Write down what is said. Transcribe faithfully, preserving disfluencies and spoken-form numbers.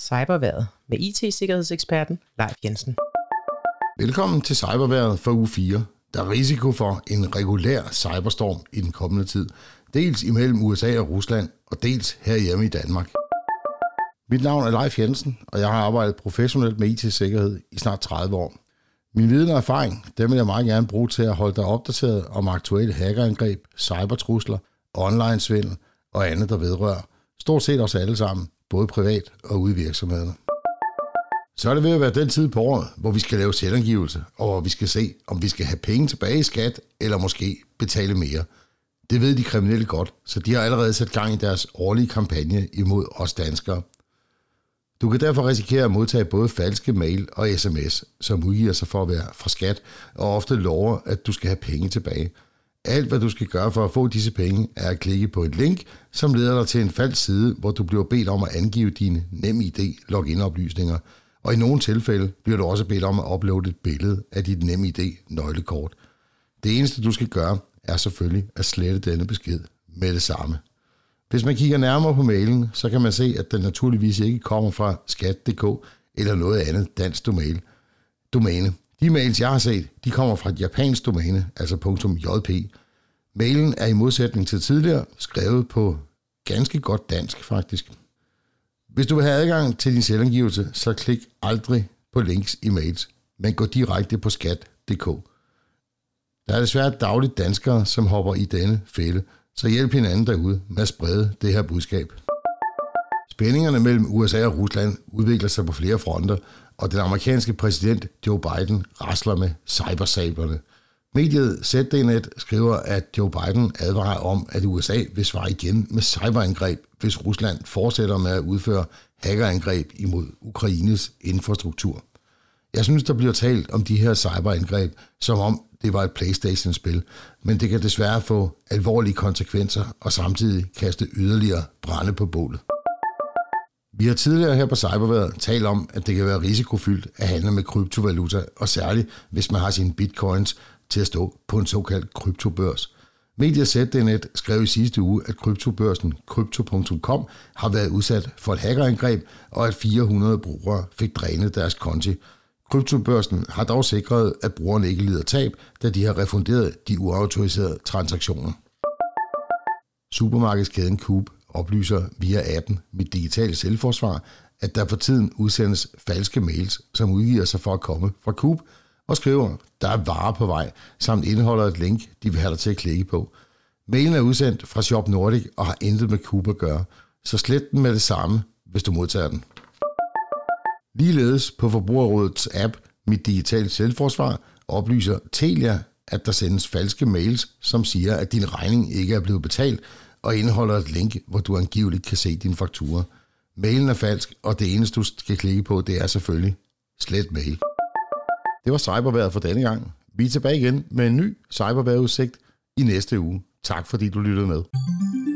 Cyberværet med I T-sikkerhedseksperten Leif Jensen. Velkommen til Cyberværet for uge fire. Der er risiko for en regulær cyberstorm i den kommende tid. Dels imellem U S A og Rusland, og dels herhjemme i Danmark. Mit navn er Leif Jensen, og jeg har arbejdet professionelt med I T-sikkerhed i snart tredive år. Min viden og erfaring, dem vil jeg meget gerne bruge til at holde dig opdateret om aktuelle hackerangreb, cybertrusler, online-svindel og andet, der vedrører stort set os alle sammen, både privat og ude i virksomhederne. Så er det ved at være den tid på året, hvor vi skal lave selvangivelse, og hvor vi skal se, om vi skal have penge tilbage i skat, eller måske betale mere. Det ved de kriminelle godt, så de har allerede sat gang i deres årlige kampagne imod os danskere. Du kan derfor risikere at modtage både falske mail og sms, som udgiver sig for at være fra skat, og ofte lover, at du skal have penge tilbage. Alt, hvad du skal gøre for at få disse penge, er at klikke på et link, som leder dig til en falsk side, hvor du bliver bedt om at angive dine NemID login-oplysninger, og i nogle tilfælde bliver du også bedt om at uploade et billede af dit NemID-nøglekort. Det eneste, du skal gøre, er selvfølgelig at slette denne besked med det samme. Hvis man kigger nærmere på mailen, så kan man se, at den naturligvis ikke kommer fra skat punktum d k eller noget andet dansk domæne. domæne. De mails, jeg har set, de kommer fra et japansk domæne, altså .jp. Mailen er i modsætning til tidligere skrevet på ganske godt dansk, faktisk. Hvis du vil have adgang til din selvangivelse, så klik aldrig på links i mails, men gå direkte på skat punktum d k. Der er desværre dagligt danskere, som hopper i denne fælde, så hjælp hinanden derude med at sprede det her budskab. Spændingerne mellem U S A og Rusland udvikler sig på flere fronter, og den amerikanske præsident Joe Biden rasler med cybersablerne. Mediet Z D Net skriver, at Joe Biden advarer om, at U S A vil svare igen med cyberangreb, hvis Rusland fortsætter med at udføre hackerangreb imod Ukraines infrastruktur. Jeg synes, der bliver talt om de her cyberangreb, som om det var et PlayStation-spil, men det kan desværre få alvorlige konsekvenser og samtidig kaste yderligere brænde på bålet. Vi har tidligere her på Cyberværet talt om, at det kan være risikofyldt at handle med kryptovaluta, og særligt hvis man har sine bitcoins til at stå på en såkaldt kryptobørs. Mediet Z D Net skrev i sidste uge, at kryptobørsen crypto punktum com har været udsat for et hackerangreb, og at fire hundrede brugere fik drænet deres konti. Kryptobørsen har dog sikret, at brugerne ikke lider tab, da de har refunderet de uautoriserede transaktioner. Supermarkedskæden Coop oplyser via appen Mit Digitale Selvforsvar, at der for tiden udsendes falske mails, som udgiver sig for at komme fra Coop, og skriver, der er varer på vej, samt indeholder et link, de vil have dig til at klikke på. Mailen er udsendt fra Shop Nordic og har intet med Coop at gøre, så slet den med det samme, hvis du modtager den. Ligeledes på Forbrugerrådets app Mit Digitale Selvforsvar oplyser Telia, at der sendes falske mails, som siger, at din regning ikke er blevet betalt, og indeholder et link, hvor du angiveligt kan se din faktura. Mailen er falsk, og det eneste, du skal klikke på, det er selvfølgelig slet mail. Det var Cyberværet for denne gang. Vi er tilbage igen med en ny Cyberværetudsigt i næste uge. Tak fordi du lyttede med.